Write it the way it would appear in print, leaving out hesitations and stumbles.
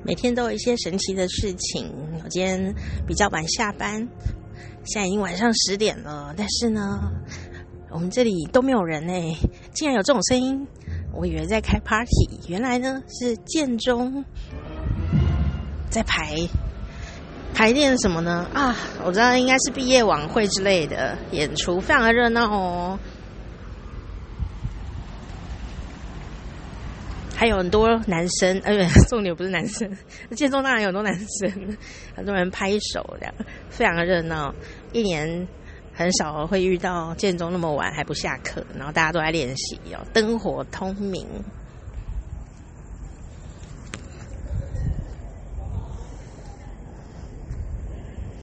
每天都有一些神奇的事情。我今天比较晚下班，现在已经晚上10点了，但是呢，我们这里都没有人欸，竟然有这种声音，我以为在开 party， 原来呢是建中在排练什么呢？我知道应该是毕业晚会之类的演出，非常的热闹哦。还有很多男生，重点不是男生，建中当然有很多男生，很多人拍手，这样非常的热闹。一年很少会遇到建中那么晚还不下课，然后大家都在练习哦，灯火通明。